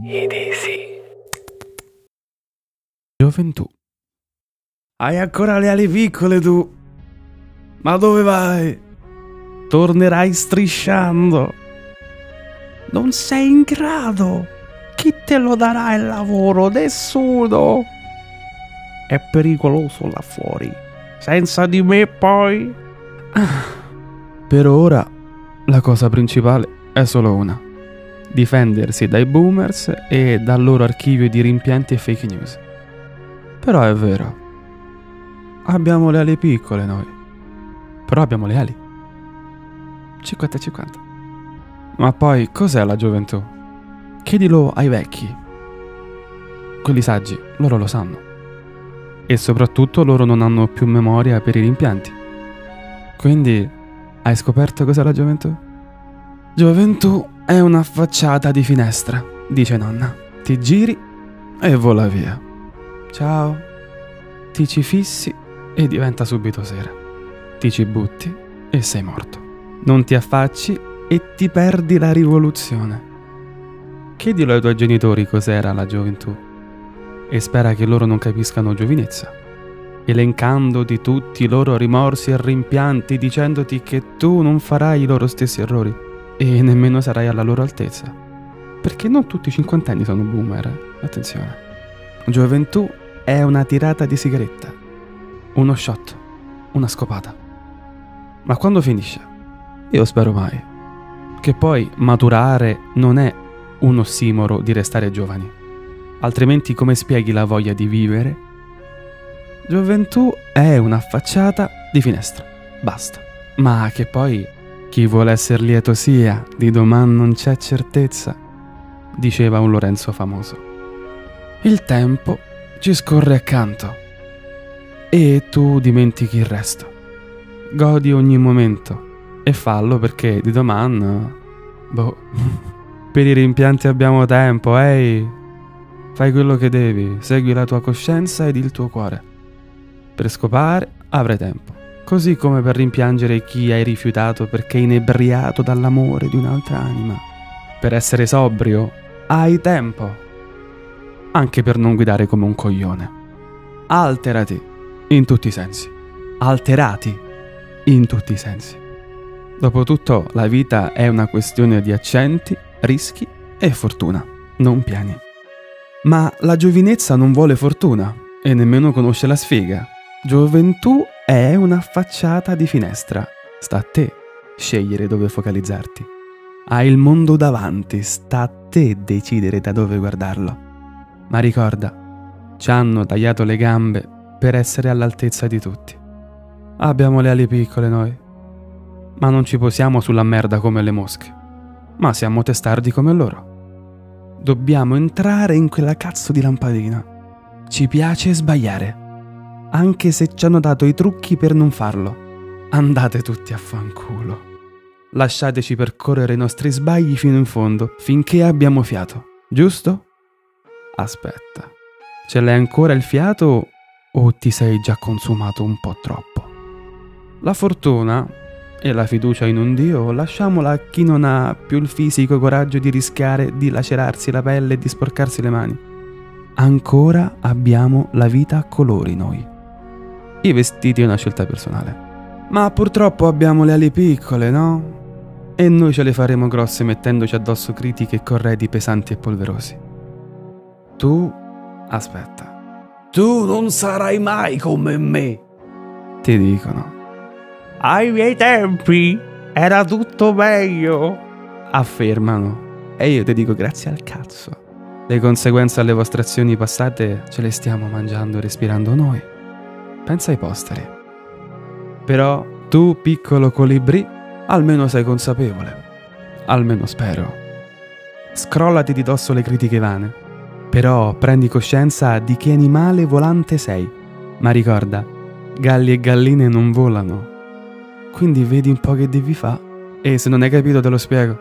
Easy. Gioventù. Hai ancora le ali piccole tu? Ma dove vai? Tornerai strisciando. Non sei in grado. Chi te lo darà il lavoro? Nessuno. È pericoloso là fuori. Senza di me poi. Per ora la cosa principale è solo una: difendersi dai boomers e dal loro archivio di rimpianti e fake news. Però è vero, abbiamo le ali piccole noi, però abbiamo le ali 50-50. Ma poi cos'è la gioventù? Chiedilo ai vecchi, quelli saggi, loro lo sanno. E soprattutto loro non hanno più memoria per i rimpianti. Quindi hai scoperto cos'è la gioventù? Gioventù è una facciata di finestra, dice nonna. Ti giri e vola via. Ciao. Ti ci fissi e diventa subito sera. Ti ci butti e sei morto. Non ti affacci e ti perdi la rivoluzione. Chiedilo ai tuoi genitori cos'era la gioventù e spera che loro non capiscano giovinezza, elencandoti tutti i loro rimorsi e rimpianti, dicendoti che tu non farai i loro stessi errori e nemmeno sarai alla loro altezza, perché non tutti i cinquantenni sono boomer, attenzione. Gioventù è una tirata di sigaretta, uno shot, una scopata. Ma quando finisce? Io spero mai. Che poi maturare non è un ossimoro di restare giovani, altrimenti come spieghi la voglia di vivere? Gioventù è una facciata di finestra, basta. Ma che poi chi vuole essere lieto sia, di domani non c'è certezza, diceva un Lorenzo famoso. Il tempo ci scorre accanto e tu dimentichi il resto. Godi ogni momento e fallo perché di domani, per i rimpianti abbiamo tempo, ehi. Fai quello che devi, segui la tua coscienza ed il tuo cuore. Per scopare avrai tempo, così come per rimpiangere chi hai rifiutato perché inebriato dall'amore di un'altra anima. Per essere sobrio hai tempo, anche per non guidare come un coglione. Alterati in tutti i sensi, alterati in tutti i sensi. Dopotutto la vita è una questione di accenti, rischi e fortuna, non piani. Ma la giovinezza non vuole fortuna e nemmeno conosce la sfiga. Gioventù è una facciata di finestra. Sta a te scegliere dove focalizzarti. Hai il mondo davanti, sta a te decidere da dove guardarlo. Ma ricorda, ci hanno tagliato le gambe per essere all'altezza di tutti. Abbiamo le ali piccole noi, ma non ci posiamo sulla merda come le mosche, ma siamo testardi come loro. Dobbiamo entrare in quella cazzo di lampadina. Ci piace sbagliare, anche se ci hanno dato i trucchi per non farlo. Andate tutti a fanculo. Lasciateci percorrere i nostri sbagli fino in fondo, finché abbiamo fiato, giusto? Aspetta, ce l'hai ancora il fiato o ti sei già consumato un po' troppo? La fortuna e la fiducia in un Dio lasciamola a chi non ha più il fisico coraggio di rischiare di lacerarsi la pelle e di sporcarsi le mani. Ancora abbiamo la vita a colori noi. I vestiti è una scelta personale, ma purtroppo abbiamo le ali piccole, no? E noi ce le faremo grosse mettendoci addosso critiche e corredi pesanti e polverosi. Tu, aspetta, tu non sarai mai come me, ti dicono. Ai miei tempi era tutto meglio, affermano, e io ti dico grazie al cazzo. Le conseguenze alle vostre azioni passate ce le stiamo mangiando e respirando noi. Pensa ai posteri. Però tu, piccolo colibrì, almeno sei consapevole. Almeno spero. Scrollati di dosso le critiche vane, però prendi coscienza di che animale volante sei. Ma ricorda, galli e galline non volano. Quindi vedi un po' che devi fare. E se non hai capito te lo spiego.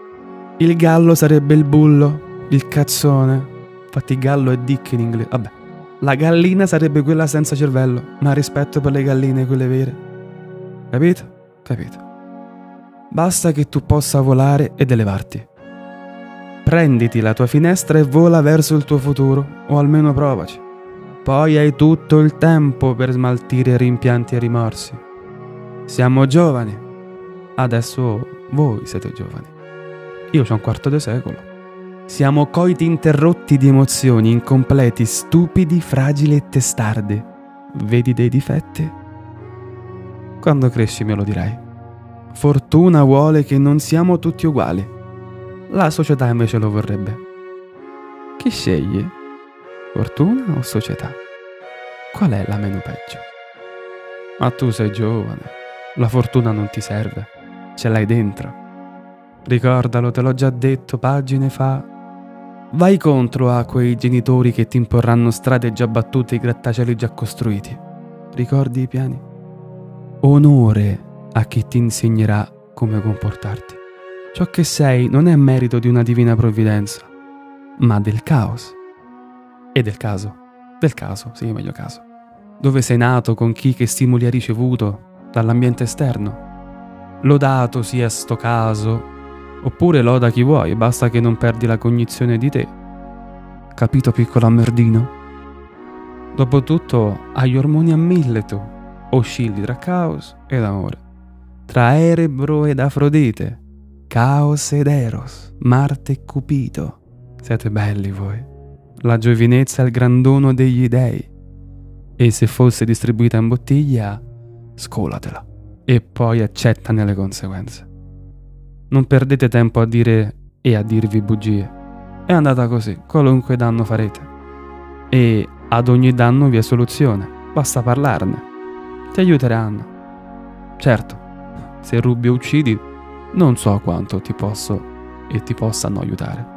Il gallo sarebbe il bullo, il cazzone. Infatti gallo è dick in inglese. Vabbè. La gallina sarebbe quella senza cervello, ma rispetto per le galline, quelle vere. Capito? Capito. Basta che tu possa volare ed elevarti. Prenditi la tua finestra e vola verso il tuo futuro, o almeno provaci. Poi hai tutto il tempo per smaltire rimpianti e rimorsi. Siamo giovani. Adesso voi siete giovani. Io c'ho un quarto di secolo. Siamo coiti interrotti di emozioni, incompleti, stupidi, fragili e testardi. Vedi dei difetti? Quando cresci me lo dirai. Fortuna vuole che non siamo tutti uguali. La società invece lo vorrebbe. Chi scegli? Fortuna o società? Qual è la meno peggio? Ma tu sei giovane. La fortuna non ti serve. Ce l'hai dentro. Ricordalo, te l'ho già detto pagine fa. Vai contro a quei genitori che ti imporranno strade già battute e grattacieli già costruiti. Ricordi i piani? Onore a chi ti insegnerà come comportarti. Ciò che sei non è merito di una divina provvidenza, ma del caos. E del caso. Del caso, sì, meglio caso. Dove sei nato, con chi, che stimoli hai ricevuto dall'ambiente esterno. Lodato sia sto caso, oppure loda chi vuoi, basta che non perdi la cognizione di te. Capito, piccolo ammerdino? Dopotutto hai ormoni a mille tu, oscilli tra caos ed amore, tra Erebro ed Afrodite, Caos ed Eros, Marte e Cupido. Siete belli voi. La giovinezza è il gran dono degli dei. E se fosse distribuita in bottiglia, scolatela e poi accettane le conseguenze. Non perdete tempo a dire e a dirvi bugie. È andata così, qualunque danno farete. E ad ogni danno vi è soluzione, basta parlarne. Ti aiuteranno. Certo, se rubi o uccidi, non so quanto ti posso e ti possano aiutare.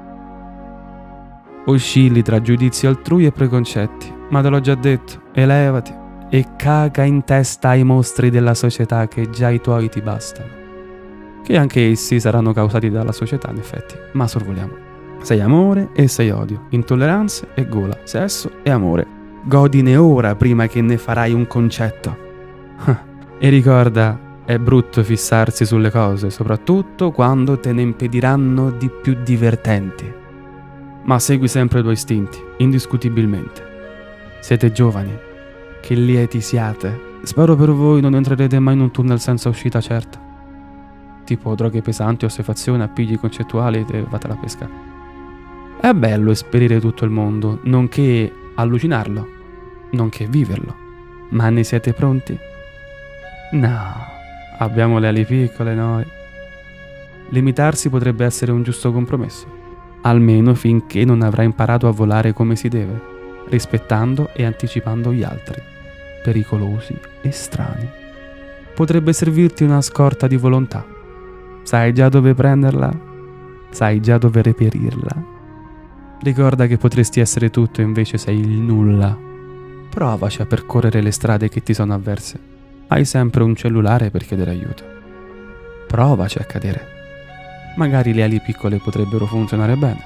Oscilli tra giudizi altrui e preconcetti, ma te l'ho già detto, elevati e caga in testa ai mostri della società che già i tuoi ti bastano. Che anche essi saranno causati dalla società, in effetti, ma sorvoliamo. Sei amore e sei odio, intolleranze e gola, sesso e amore. Godine ora prima che ne farai un concetto. E ricorda, è brutto fissarsi sulle cose, soprattutto quando te ne impediranno di più divertenti. Ma segui sempre i tuoi istinti, indiscutibilmente. Siete giovani, che lieti siate. Spero per voi non entrerete mai in un tunnel senza uscita certa. Tipo droghe pesanti, ossefazione, appigli concettuali e vate alla pesca. È bello esperire tutto il mondo, nonché allucinarlo, nonché viverlo. Ma ne siete pronti? No, abbiamo le ali piccole noi. Limitarsi potrebbe essere un giusto compromesso, almeno finché non avrai imparato a volare come si deve, rispettando e anticipando gli altri, pericolosi e strani. Potrebbe servirti una scorta di volontà. Sai già dove prenderla? Sai già dove reperirla? Ricorda che potresti essere tutto e invece sei il nulla. Provaci a percorrere le strade che ti sono avverse. Hai sempre un cellulare per chiedere aiuto. Provaci a cadere. Magari le ali piccole potrebbero funzionare bene.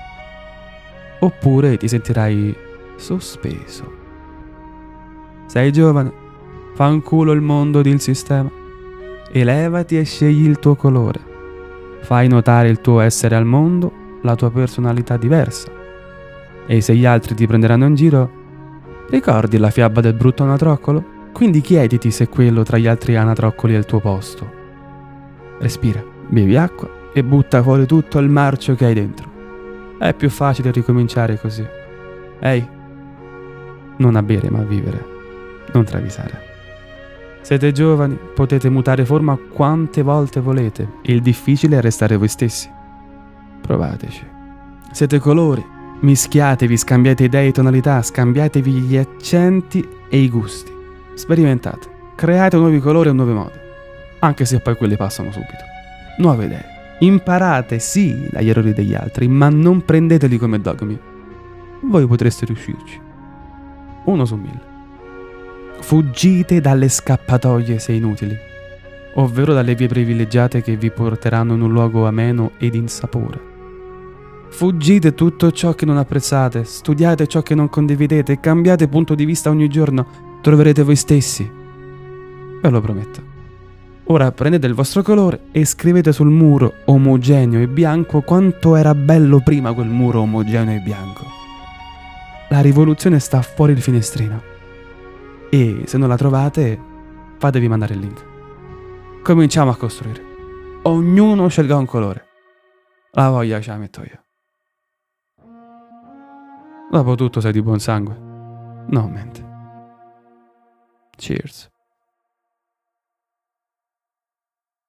Oppure ti sentirai sospeso. Sei giovane, fa un culo il mondo ed il sistema. Elevati e scegli il tuo colore. Fai notare il tuo essere al mondo, la tua personalità diversa. E se gli altri ti prenderanno in giro, ricordi la fiaba del brutto anatroccolo? Quindi chiediti se quello tra gli altri anatroccoli è il tuo posto. Respira, bevi acqua e butta fuori tutto il marcio che hai dentro. È più facile ricominciare così. Ehi, non a bere ma a vivere, non travisare. Siete giovani, potete mutare forma quante volte volete. Il difficile è restare voi stessi. Provateci. Siete colori, mischiatevi, scambiate idee e tonalità, scambiatevi gli accenti e i gusti. Sperimentate, create nuovi colori e nuove mode, anche se poi quelli passano subito. Nuove idee. Imparate sì dagli errori degli altri, ma non prendeteli come dogmi. Voi potreste riuscirci. 1 su 1000. Fuggite dalle scappatoie se inutili, ovvero dalle vie privilegiate che vi porteranno in un luogo ameno ed insapore. Fuggite tutto ciò che non apprezzate, studiate ciò che non condividete, cambiate punto di vista ogni giorno, troverete voi stessi. Ve lo prometto. Ora prendete il vostro colore e scrivete sul muro omogeneo e bianco quanto era bello prima quel muro omogeneo e bianco. La rivoluzione sta fuori il finestrino. E se non la trovate, fatevi mandare il link. Cominciamo a costruire. Ognuno scelga un colore. La voglia ce la metto io. Dopotutto sei di buon sangue. No, mente. Cheers.